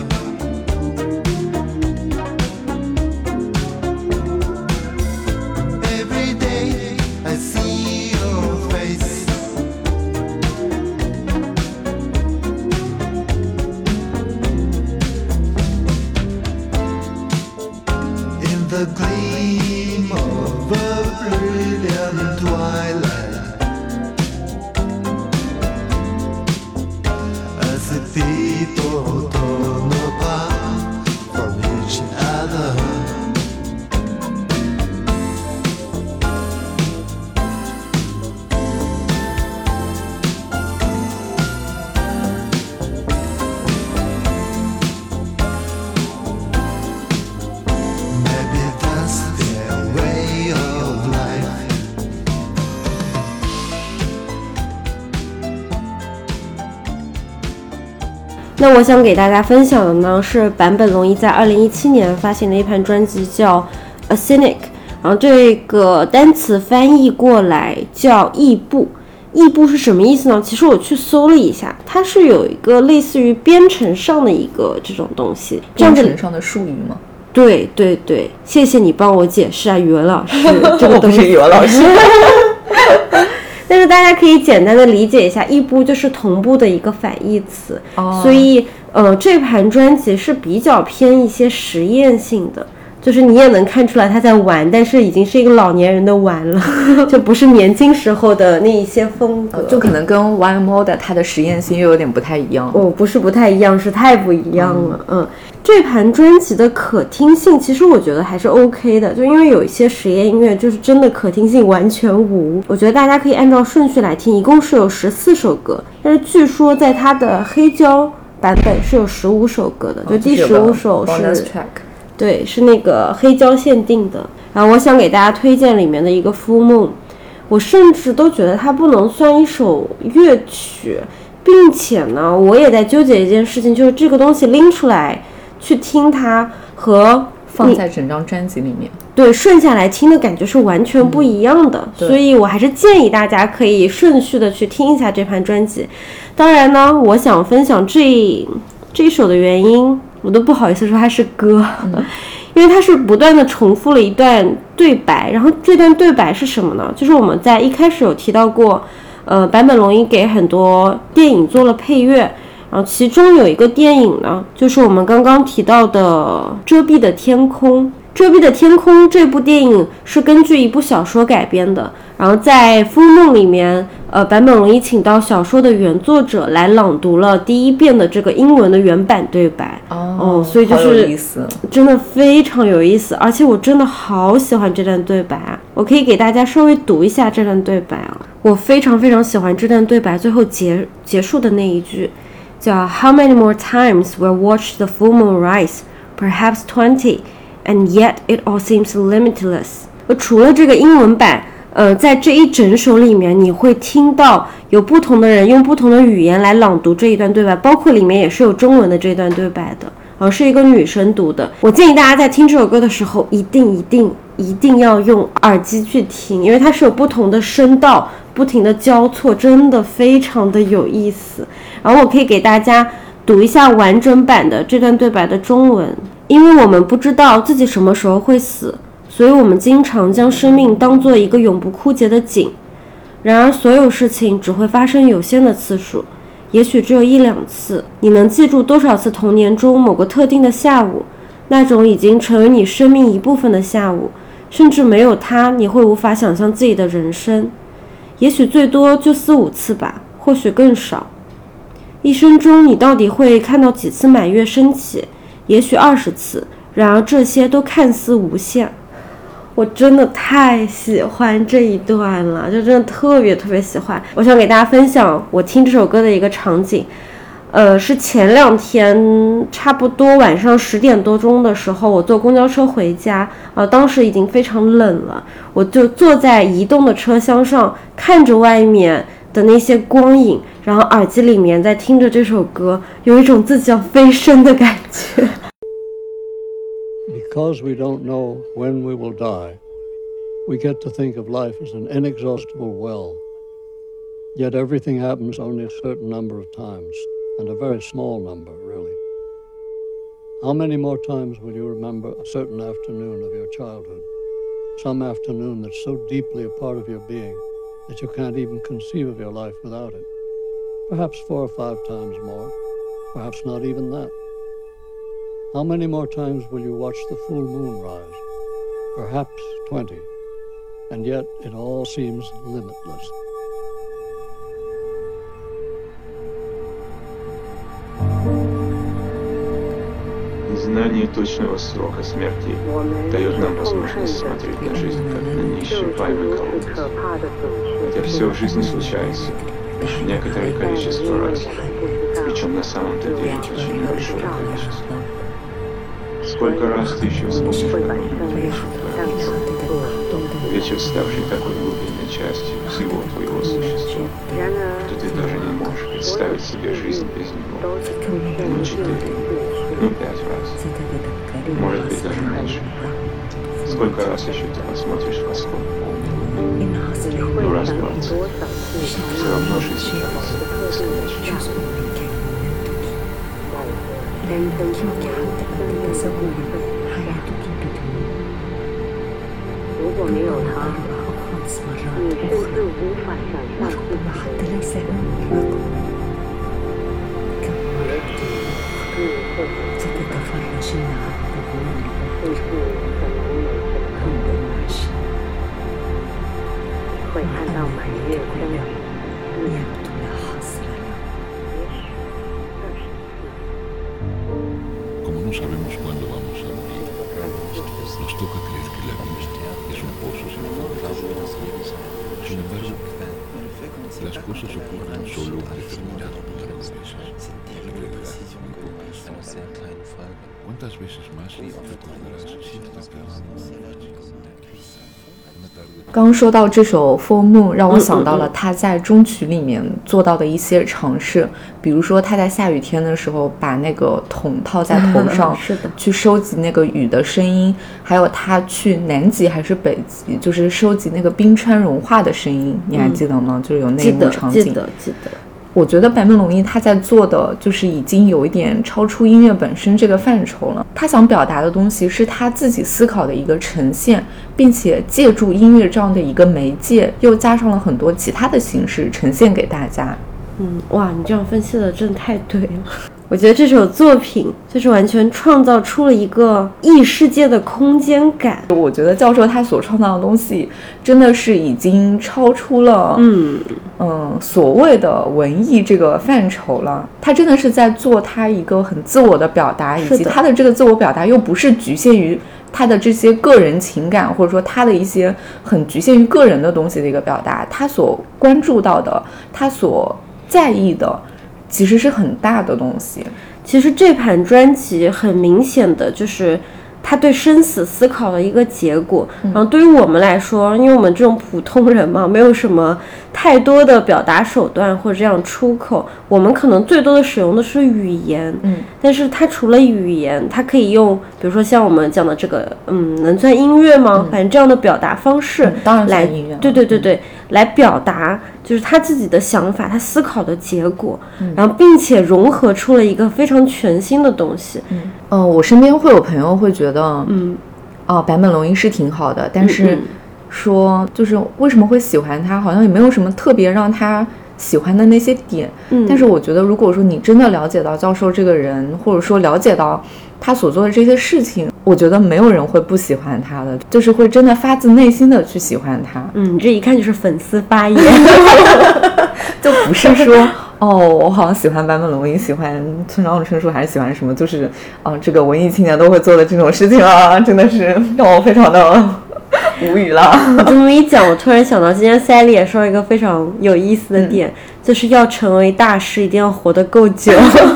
[SPEAKER 6] Every day I see your face. In the gleam of a brilliant twilight, as if people torn apart from each other. Maybe that's their way of life.
[SPEAKER 2] 那我想给大家分享的呢是坂本龙一在2017年发行的一盘专辑叫 A Cynic， 然后这个单词翻译过来叫异步。异步是什么意思呢？其实我去搜了一下，它是有一个类似于编程上的一个这种东西，
[SPEAKER 1] 编程上的术语吗？
[SPEAKER 2] 对对对，谢谢你帮我解释啊，语文老师，这个
[SPEAKER 1] 我不是语文老师。
[SPEAKER 2] 但是大家可以简单的理解一下，异步就是同步的一个反义词，所以这盘专辑是比较偏一些实验性的，就是你也能看出来他在玩，但是已经是一个老年人的玩了，就不是年轻时候的那一些风格，
[SPEAKER 1] 就可能跟 YMO 的它的实验性又有点不太一样。
[SPEAKER 2] 不是不太一样，是太不一样了。这盘专辑的可听性其实我觉得还是 OK 的，就因为有一些实验音乐就是真的可听性完全无，我觉得大家可以按照顺序来听，一共是有14首歌，但是据说在它的黑胶版本是有15首歌的，就第15首是对，是那个黑胶限定的。然后我想给大家推荐里面的一个 Full Moon， 我甚至都觉得它不能算一首乐曲，并且呢我也在纠结一件事情，就是这个东西拎出来去听它和
[SPEAKER 1] 放在整张专辑里面，
[SPEAKER 2] 对，顺下来听的感觉是完全不一样的，所以我还是建议大家可以顺序的去听一下这盘专辑。当然呢，我想分享这一首的原因，我都不好意思说它是歌，因为它是不断的重复了一段对白，然后这段对白是什么呢？就是我们在一开始有提到过，坂本龙一给很多电影做了配乐，然后其中有一个电影呢，就是我们刚刚提到的《遮蔽的天空》。《遮蔽的天空》这部电影是根据一部小说改编的，然后在《Full Moon》里面， 坂本龙一请到小说的原作者来朗读了第一遍的这个英文的原版对白。所以就是真的非常有意思，而且我真的好喜欢这段对白啊！我可以给大家稍微读一下这段对白啊，我非常非常喜欢这段对白最后结束的那一句，叫 How many more times will watch the full moon rise? Perhaps 20, and yet it all seems limitless. 除了这个英文版，在这一整首里面，你会听到有不同的人用不同的语言来朗读这一段对白，包括里面也是有中文的这段对白的，是一个女生读的。我建议大家在听这首歌的时候，一定要用耳机去听，因为它是有不同的声道，不停的交错，真的非常的有意思。然后我可以给大家读一下完整版的这段对白的中文。因为我们不知道自己什么时候会死，所以我们经常将生命当作一个永不枯竭的井。然而所有事情只会发生有限的次数，也许只有1-2次。你能记住多少次童年中某个特定的下午，那种已经成为你生命一部分的下午，甚至没有它你会无法想象自己的人生。也许最多就4-5次吧，或许更少。一生中你到底会看到几次满月升起？也许20次，然而这些都看似无限。我真的太喜欢这一段了，就真的特别特别喜欢。我想给大家分享我听这首歌的一个场景，是前2天差不多晚上10点多钟的时候，我坐公交车回家，当时已经非常冷了，我就坐在移动的车厢上，看着外面的那些光影，然后耳机里面在听着这首歌，有一种自己要飞升的感觉。
[SPEAKER 7] Because we don't know when we will die, we get to think of life as an inexhaustible well. Yet everything happens only a certain number of times, and a very small number, really. How many more times will you remember a certain afternoon of your childhood? Some afternoon that's so deeply a part of your being that you can't even conceive of your life without it. Perhaps 4 or 5 times more, perhaps not even that. How many more times will you watch the full moon rise? Perhaps 20, and yet it all seems limitless.
[SPEAKER 8] Знание точного срока смерти дает нам возможность смотреть на жизнь как на неисчерпаемый колодец. Хотя все в жизни случается лишь некоторое количество раз, причем на самом-то деле очень небольшое количество. Сколько раз ты еще вспомнишь какой-нибудь вечер твоего жизни? Вечер, ставший такой глубинной частью всего твоего существа, что ты даже не можешь представить себе жизнь без него. 4, 5 раз. Может быть, даже меньше. Сколько раз еще ты посмотришь в восход полный? Раз 20. Все равно жизнь кажется бесконечной.
[SPEAKER 9] 如果没有他，你甚至无法想象自己的人生。甚至可能有着你会看到满月升起。
[SPEAKER 10] Como no sabemos cuándo vamos a morir, nos toca creer que la vida es un pozo sin fondo. Sin embargo, las cosas ocurren solo un determinado número de veces. En realidad, muy pocas. ¿Cuántas veces más recordarás cierta tarde?
[SPEAKER 1] 刚说到这首 Full Moon， 让我想到了他在中曲里面做到的一些尝试，比如说他在下雨天的时候把那个桶套在头上，
[SPEAKER 2] 是的，
[SPEAKER 1] 去收集那个雨的声音，还有他去南极还是北极，就是收集那个冰川融化的声音，你还记得吗？就是有那一幕场景。
[SPEAKER 2] 记得。
[SPEAKER 1] 我觉得坂本龙一他在做的就是已经有一点超出音乐本身这个范畴了，他想表达的东西是他自己思考的一个呈现，并且借助音乐这样的一个媒介，又加上了很多其他的形式呈现给大家。
[SPEAKER 2] 哇，你这样分析的真的太对了。 我觉得这首作品就是完全创造出了一个异世界的空间感。
[SPEAKER 1] 我觉得教授他所创造的东西真的是已经超出了所谓的文艺这个范畴了。他真的是在做他一个很自我的表达，以及他的这个自我表达又不是局限于他的这些个人情感，或者说他的一些很局限于个人的东西的一个表达，他所关注到的，他所在意的其实是很大的东西。
[SPEAKER 2] 其实这盘专辑很明显的就是他对生死思考的一个结果，然后对于我们来说，因为我们这种普通人嘛，没有什么太多的表达手段或者这样出口，我们可能最多的使用的是语言，但是它除了语言，它可以用比如说像我们讲的这个能算音乐吗？反正这样的表达方式
[SPEAKER 1] 当然算音乐，
[SPEAKER 2] 对，来表达就是他自己的想法，他思考的结果，然后并且融合出了一个非常全新的东西。
[SPEAKER 1] 我身边会有朋友会觉得坂本龙一是挺好的，但是说就是为什么会喜欢他，好像也没有什么特别让他喜欢的那些点。但是我觉得如果说你真的了解到教授这个人，或者说了解到他所做的这些事情，我觉得没有人会不喜欢他的，就是会真的发自内心的去喜欢他。
[SPEAKER 2] 这一看就是粉丝发言
[SPEAKER 1] 就不是说我好像喜欢坂本龙一，喜欢村上春树，还是喜欢什么，就是这个文艺青年都会做的这种事情啊，真的是让我非常的无语了。
[SPEAKER 2] 你这么一讲，我突然想到今天 Sally 也说了一个非常有意思的点，就是要成为大师一定要活得够久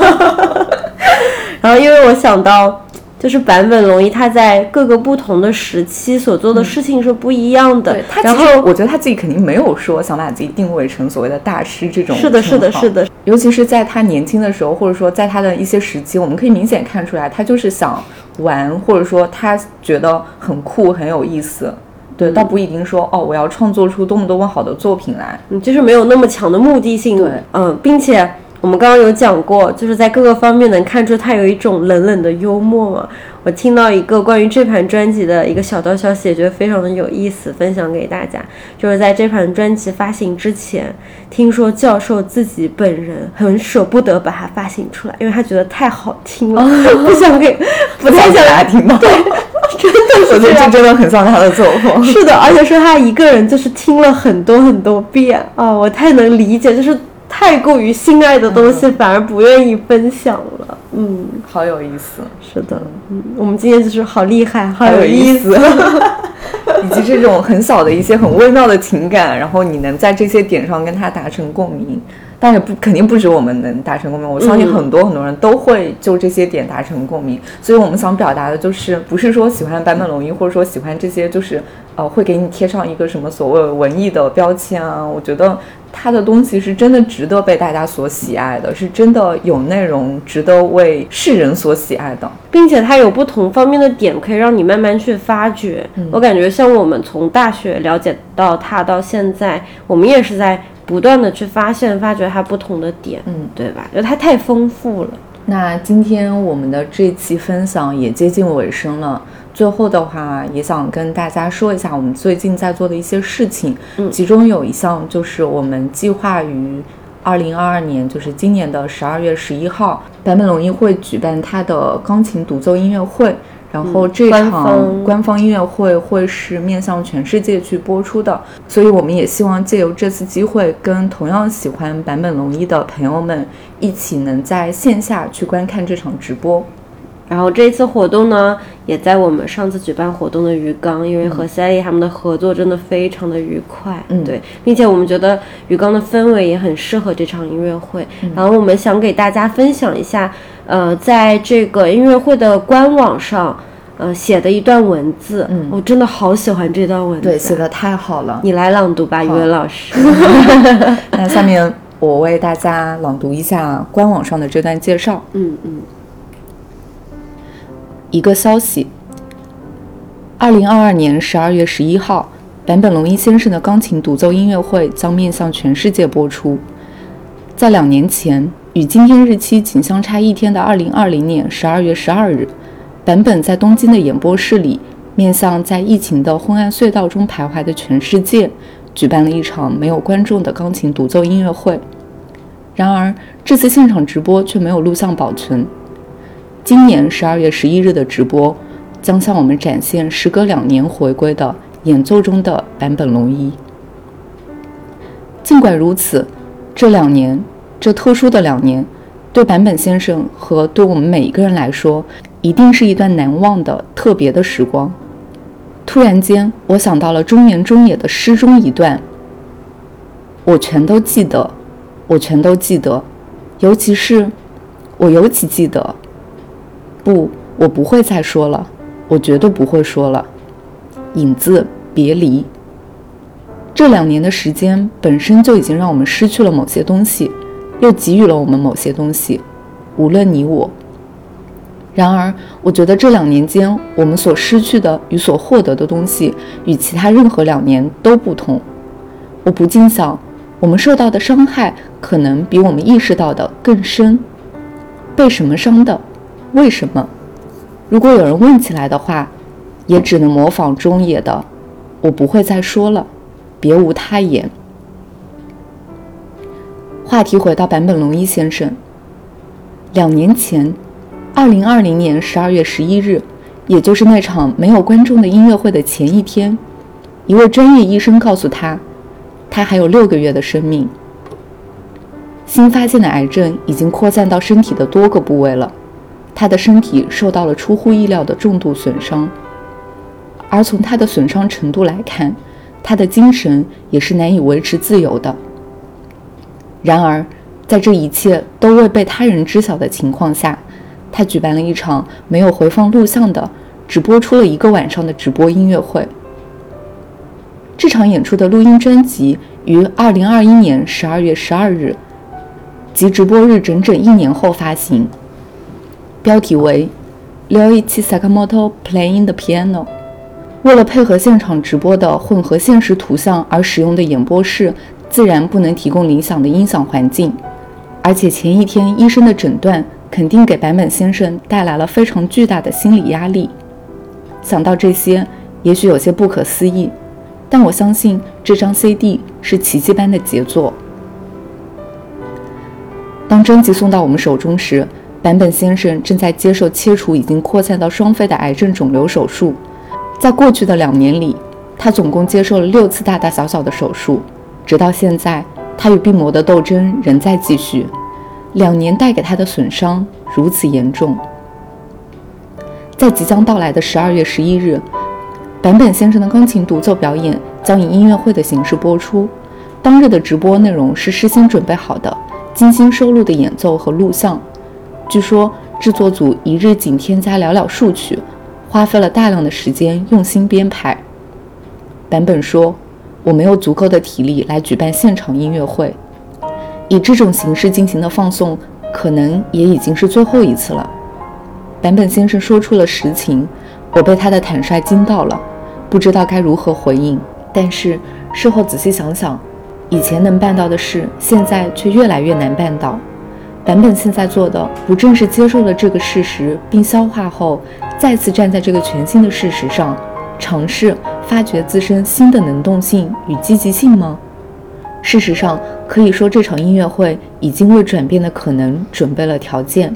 [SPEAKER 2] 然后因为我想到就是坂本龙一他在各个不同的时期所做的事情是不一样的。
[SPEAKER 1] 对，他其实我觉得他自己肯定没有说想把自己定位成所谓的大师这种。
[SPEAKER 2] 是的，
[SPEAKER 1] 尤其是在他年轻的时候，或者说在他的一些时期，我们可以明显看出来他就是想玩，或者说他觉得很酷很有意思。对，倒不一定说我要创作出多么好的作品来，
[SPEAKER 2] 就是没有那么强的目的性。
[SPEAKER 1] 对，
[SPEAKER 2] 并且我们刚刚有讲过，就是在各个方面能看出他有一种冷冷的幽默嘛。我听到一个关于这盘专辑的一个小道消息，也觉得非常的有意思，分享给大家。就是在这盘专辑发行之前，听说教授自己本人很舍不得把它发行出来，因为他觉得太好听了，不太想给他听到。对，真的是，
[SPEAKER 1] 我觉得这真的很像他的作风。
[SPEAKER 2] 是的，而且说他一个人就是听了很多遍啊，我太能理解，就是太过于心爱的东西反而不愿意分享了。
[SPEAKER 1] 好有意思。
[SPEAKER 2] 是的，我们今天就是好厉害，好
[SPEAKER 1] 有
[SPEAKER 2] 意思
[SPEAKER 1] 以及这种很小的一些很微妙的情感，然后你能在这些点上跟他达成共鸣。当然肯定不止我们能达成共鸣，我相信很多人都会就这些点达成共鸣。所以我们想表达的就是不是说喜欢坂本龙一，或者说喜欢这些就是会给你贴上一个什么所谓文艺的标签啊。我觉得他的东西是真的值得被大家所喜爱的，是真的有内容值得为世人所喜爱的，
[SPEAKER 2] 并且它有不同方面的点可以让你慢慢去发掘。我感觉像我们从大学了解到他到现在，我们也是在不断的去发掘它不同的点，对吧？就它太丰富了。
[SPEAKER 1] 那今天我们的这期分享也接近尾声了，最后的话也想跟大家说一下我们最近在做的一些事情。其中有一项就是我们计划于2022年，就是今年的12月11号，坂本龙一会举办他的钢琴独奏音乐会。然后这场官方音乐会会是面向全世界去播出的，所以我们也希望借由这次机会，跟同样喜欢坂本龙一的朋友们一起能在线下去观看这场直播。
[SPEAKER 2] 然后这一次活动呢，也在我们上次举办活动的鱼缸，因为和 Sally 他们的合作真的非常的愉快，对，并且我们觉得鱼缸的氛围也很适合这场音乐会。然后我们想给大家分享一下，在这个音乐会的官网上，写的一段文字，我真的好喜欢这段文字，
[SPEAKER 1] 对，写的太好了。
[SPEAKER 2] 你来朗读吧，于文老师。
[SPEAKER 1] 那下面我为大家朗读一下官网上的这段介绍。一个消息：2022年12月11号，坂本龙一先生的钢琴独奏音乐会将面向全世界播出。在2年前，与今天日期仅相差1天的2020年12月12日，坂本在东京的演播室里，面向在疫情的昏暗隧道中徘徊的全世界，举办了一场没有观众的钢琴独奏音乐会。 然而这次现场直播却没有录像保存。今年12月11日的直播将向我们展现时隔2年回归的演奏中的坂本龙一。尽管如此，这2年，这特殊的2年，对坂本先生和对我们每一个人来说，一定是一段难忘的特别的时光。突然间，我想到了中原中野的诗中一段：我全都记得，我全都记得，尤其记得。不，我不会再说了，我绝对不会说了。引自别离。这2年的时间本身就已经让我们失去了某些东西，又给予了我们某些东西，无论你我。然而，我觉得这2年间我们所失去的与所获得的东西，与其他任何2年都不同。我不禁想，我们受到的伤害可能比我们意识到的更深。被什么伤的？为什么？如果有人问起来的话，也只能模仿中野的我不会再说了，别无他言。话题回到坂本龙一先生。2年前2020年12月11日，也就是那场没有观众的音乐会的前一天，一位专业医生告诉他，他还有6个月的生命。新发现的癌症已经扩散到身体的多个部位了，他的身体受到了出乎意料的重度损伤，而从他的损伤程度来看，他的精神也是难以维持自由的。然而，在这一切都未被他人知晓的情况下，他举办了一场没有回放录像的，只播出了1个晚上的直播音乐会。这场演出的录音专辑于2021年12月12日，即直播日整整1年后发行，标题为 Ryoichi Sakamoto Playing the Piano。 为了配合现场直播的混合现实图像而使用的演播室自然不能提供理想的音响环境，而且前一天医生的诊断肯定给坂本先生带来了非常巨大的心理压力。想到这些，也许有些不可思议，但我相信这张 CD 是奇迹般的杰作。当专辑送到我们手中时，坂本先生正在接受切除已经扩散到双肺的癌症肿瘤手术。在过去的2年里，他总共接受了6次大大小小的手术，直到现在，他与病魔的斗争仍在继续。2年带给他的损伤如此严重。在即将到来的12月11日，坂本先生的钢琴独奏表演将以音乐会的形式播出。当日的直播内容是事先准备好的、精心收录的演奏和录像。据说制作组一日仅添加寥寥数曲，花费了大量的时间用心编排。坂本说，我没有足够的体力来举办现场音乐会，以这种形式进行的放送可能也已经是最后一次了。坂本先生说出了实情，我被他的坦率惊到了，不知道该如何回应。但是事后仔细想想，以前能办到的事，现在却越来越难办到。坂本现在做的，不正是接受了这个事实，并消化后，再次站在这个全新的事实上，尝试发掘自身新的能动性与积极性吗？事实上，可以说这场音乐会已经为转变的可能准备了条件。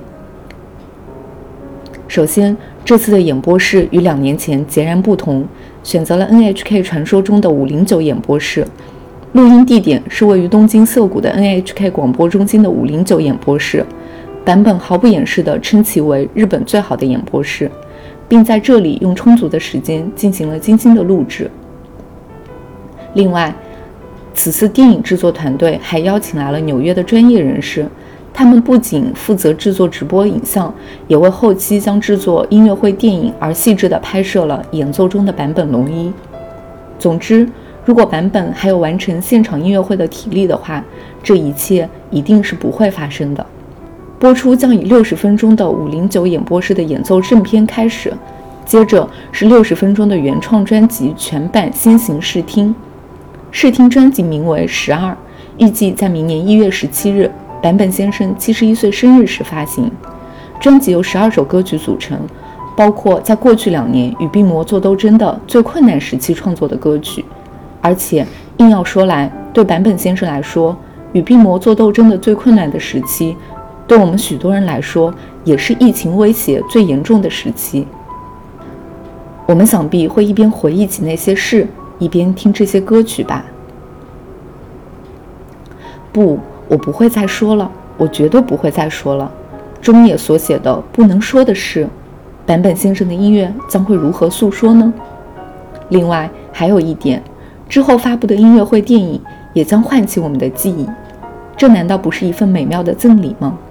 [SPEAKER 1] 首先，这次的演播室与2年前截然不同，选择了 NHK 传说中的509演播室。录音地点是位于东京涩谷的 NHK 广播中心的509演播室，坂本毫不掩饰地称其为日本最好的演播室，并在这里用充足的时间进行了精心的录制。另外，此次电影制作团队还邀请来了纽约的专业人士，他们不仅负责制作直播影像，也为后期将制作音乐会电影而细致地拍摄了演奏中的坂本龙一。总之，如果坂本还有完成现场音乐会的体力的话，这一切一定是不会发生的。播出将以60分钟的509演播室的演奏正片开始，接着是60分钟的原创专辑全版先行试听。试听专辑名为12，预计在明年1月17日坂本先生71岁生日时发行。专辑由12首歌曲组成，包括在过去2年与病魔做斗争的最困难时期创作的歌曲。而且硬要说来，对坂本先生来说， 与病魔做斗争的最困难的时期，对我们许多人来说，也是疫情威胁最严重的时期。我们想必会一边回忆起那些事，一边听这些歌曲吧。不，我不会再说了，我绝对不会再说了。中野所写的不能说的事，坂本先生的音乐将会如何诉说呢？另外还有一点，之后发布的音乐会电影也将唤起我们的记忆，这难道不是一份美妙的赠礼吗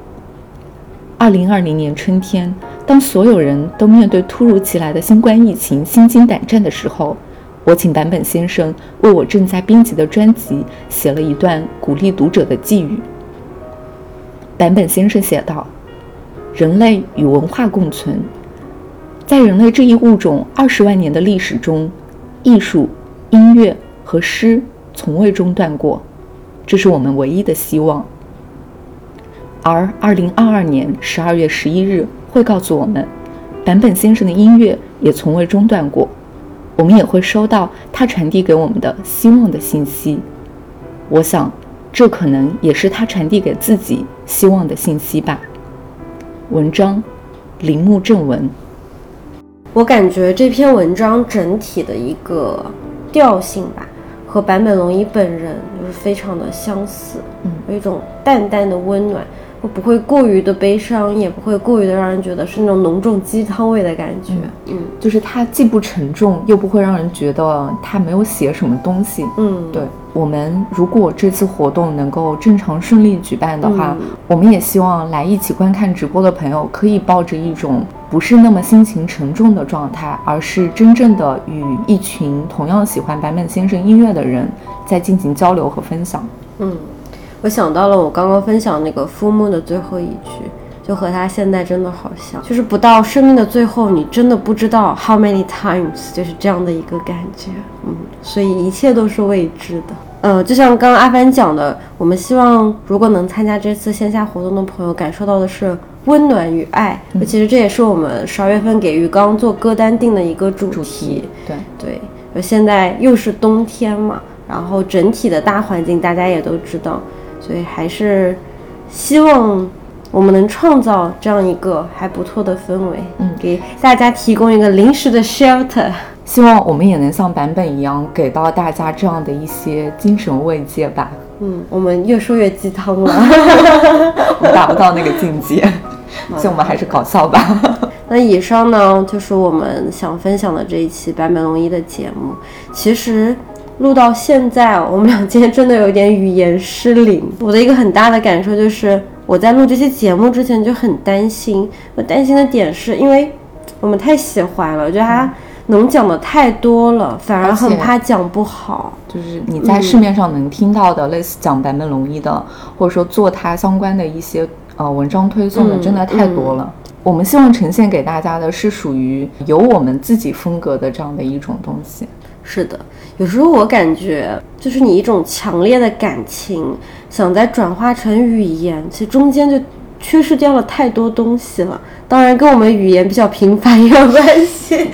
[SPEAKER 1] ？2020年春天，当所有人都面对突如其来的新冠疫情心惊胆战的时候，我请坂本先生为我正在编辑的专辑写了一段鼓励读者的寄语。坂本先生写道：人类与文化共存，在人类这一物种20万年的历史中，艺术、音乐和诗从未中断过，这是我们唯一的希望。而2022年12月11日会告诉我们，坂本先生的音乐也从未中断过，我们也会收到他传递给我们的希望的信息。我想，这可能也是他传递给自己希望的信息吧。文章，铃木正文。
[SPEAKER 2] 我感觉这篇文章整体的一个调性吧，和坂本龙一本人就是非常的相似，有一种淡淡的温暖，不会过于的悲伤，也不会过于的让人觉得是那种浓重鸡汤味的感觉。
[SPEAKER 1] 就是它既不沉重，又不会让人觉得它没有写什么东西。对，我们如果这次活动能够正常顺利举办的话，我们也希望来一起观看直播的朋友可以抱着一种不是那么心情沉重的状态，而是真正的与一群同样喜欢坂本先生音乐的人在进行交流和分享。
[SPEAKER 2] 我想到了我刚刚分享那个Full Moon的最后一句，就和他现在真的好像，就是不到生命的最后，你真的不知道 how many times， 就是这样的一个感觉。所以一切都是未知的。就像刚刚阿帆讲的，我们希望如果能参加这次线下活动的朋友感受到的是温暖与爱。其实这也是我们12月份给鱼缸做歌单定的一个主题。对，现在又是冬天嘛，然后整体的大环境大家也都知道，所以还是希望我们能创造这样一个还不错的氛围，给大家提供一个临时的 shelter。
[SPEAKER 1] 希望我们也能像坂本一样，给到大家这样的一些精神慰藉吧。
[SPEAKER 2] 我们越说越鸡汤了，
[SPEAKER 1] 我们达不到那个境界，所以我们还是搞笑吧。
[SPEAKER 2] 那以上呢，就是我们想分享的这一期坂本龙一的节目。其实录到现在，我们俩今天真的有点语言失灵。我的一个很大的感受就是，我在录这期节目之前就很担心。我担心的点是因为我们太喜欢了，我觉得他能讲的太多了，反而很怕讲不好。
[SPEAKER 1] 就是你在市面上能听到的类似讲坂本龙一的，或者说做他相关的一些文章推送的，真的太多了。我们希望呈现给大家的是属于有我们自己风格的这样的一种东西。
[SPEAKER 2] 是的，有时候我感觉就是你一种强烈的感情想再转化成语言，其实中间就缺失掉了太多东西了。当然跟我们语言比较贫乏也有关系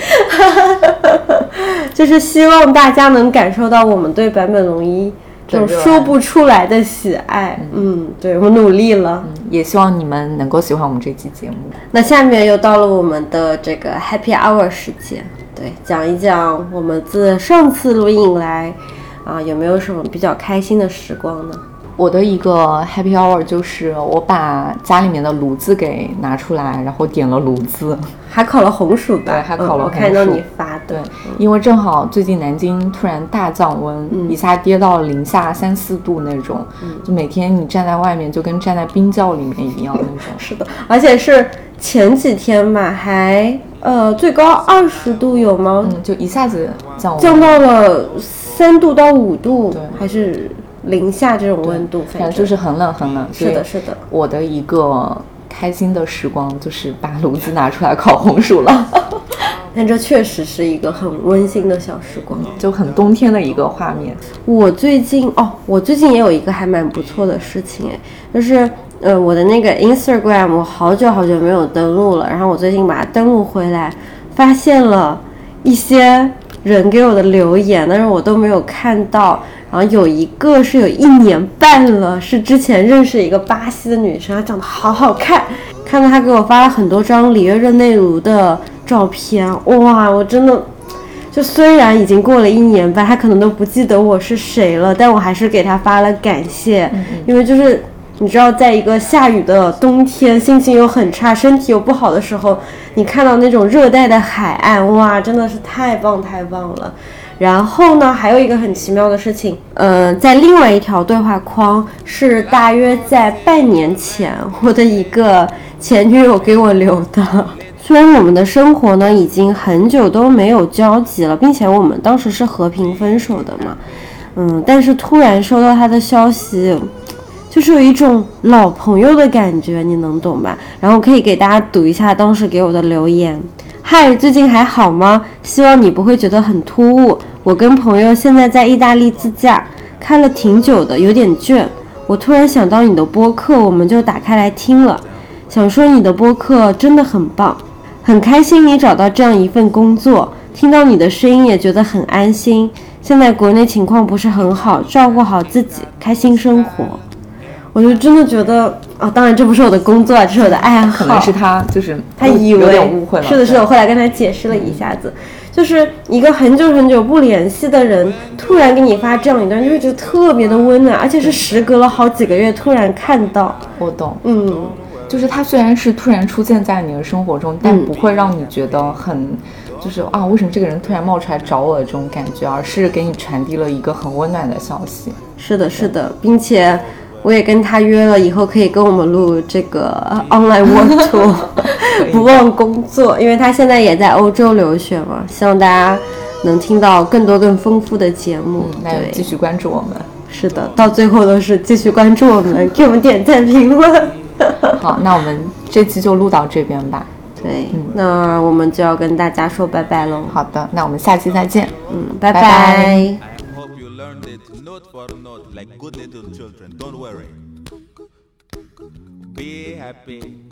[SPEAKER 2] 就是希望大家能感受到我们对坂本龙一这种说不出来的喜爱。对，我们努力了。
[SPEAKER 1] 也希望你们能够喜欢我们这期节目。
[SPEAKER 2] 那下面又到了我们的这个 Happy Hour 时间，对，讲一讲我们自上次录音以来有没有什么比较开心的时光呢？
[SPEAKER 1] 我的一个 happy hour 就是我把家里面的炉子给拿出来，然后点了炉子，
[SPEAKER 2] 还烤了红薯吧？
[SPEAKER 1] 对，还烤了红薯。
[SPEAKER 2] 我看到你发的。
[SPEAKER 1] 对，因为正好最近南京突然大降温，一下跌到零下3、4度那种，就每天你站在外面就跟站在冰窖里面一样那种。
[SPEAKER 2] 是的，而且是前几天吧，还最高20度有吗？
[SPEAKER 1] 就一下子
[SPEAKER 2] 降到了3度到5度，还是零下这种温度，反正
[SPEAKER 1] 就是很冷很冷。
[SPEAKER 2] 是的，是的。
[SPEAKER 1] 我的一个开心的时光就是把炉子拿出来烤红薯了。
[SPEAKER 2] 但这确实是一个很温馨的小时光，
[SPEAKER 1] 就很冬天的一个画面。
[SPEAKER 2] 我最近也有一个还蛮不错的事情，就是我的那个 Instagram 我好久没有登录了，然后我最近把它登录回来，发现了一些人给我的留言，但是我都没有看到。 然后有一个是有1年半了，是之前认识一个巴西的女生，她长得好好看，看到她给我发了很多张里约热内卢的照片，哇，我真的就虽然已经过了1年半，她可能都不记得我是谁了，但我还是给她发了感谢，因为就是你知道，在一个下雨的冬天，心情又很差，身体又不好的时候，你看到那种热带的海岸，哇，真的是太棒太棒了。然后呢，还有一个很奇妙的事情，在另外一条对话框是大约在半年前，我的一个前女友给我留的。虽然我们的生活呢已经很久都没有交集了，并且我们当时是和平分手的嘛，但是突然收到他的消息，就是有一种老朋友的感觉，你能懂吧？然后可以给大家读一下当时给我的留言。嗨，最近还好吗？希望你不会觉得很突兀。我跟朋友现在在意大利自驾，开了挺久的，有点倦。我突然想到你的播客，我们就打开来听了。想说你的播客真的很棒，很开心你找到这样一份工作，听到你的声音也觉得很安心。现在国内情况不是很好，照顾好自己，开心生活。我就真的觉得啊，当然这不是我的工作啊，这是我的爱好。
[SPEAKER 1] 可能是他就是
[SPEAKER 2] 他以为
[SPEAKER 1] 有点误会了。
[SPEAKER 2] 是的，是的，我后来跟他解释了一下子，就是一个很久很久不联系的人，突然给你发这样一段，就会觉得特别的温暖，而且是时隔了好几个月突然看到。
[SPEAKER 1] 我懂，就是他虽然是突然出现在你的生活中，但不会让你觉得很。就是啊，为什么这个人突然冒出来找我的这种感觉，而是给你传递了一个很温暖的消息。
[SPEAKER 2] 是的，是的，并且我也跟他约了，以后可以跟我们录这个 online work tour 不忘工作，因为他现在也在欧洲留学嘛，希望大家能听到更多更丰富的节目。
[SPEAKER 1] 那就继续关注我们。
[SPEAKER 2] 是的，到最后都是继续关注我们，给我们点赞评论。
[SPEAKER 1] 好，那我们这期就录到这边吧。
[SPEAKER 2] 对，那我们就要跟大家说拜拜喽。
[SPEAKER 1] 好的，那我们下期再见。
[SPEAKER 2] 拜拜。
[SPEAKER 11] Be happy.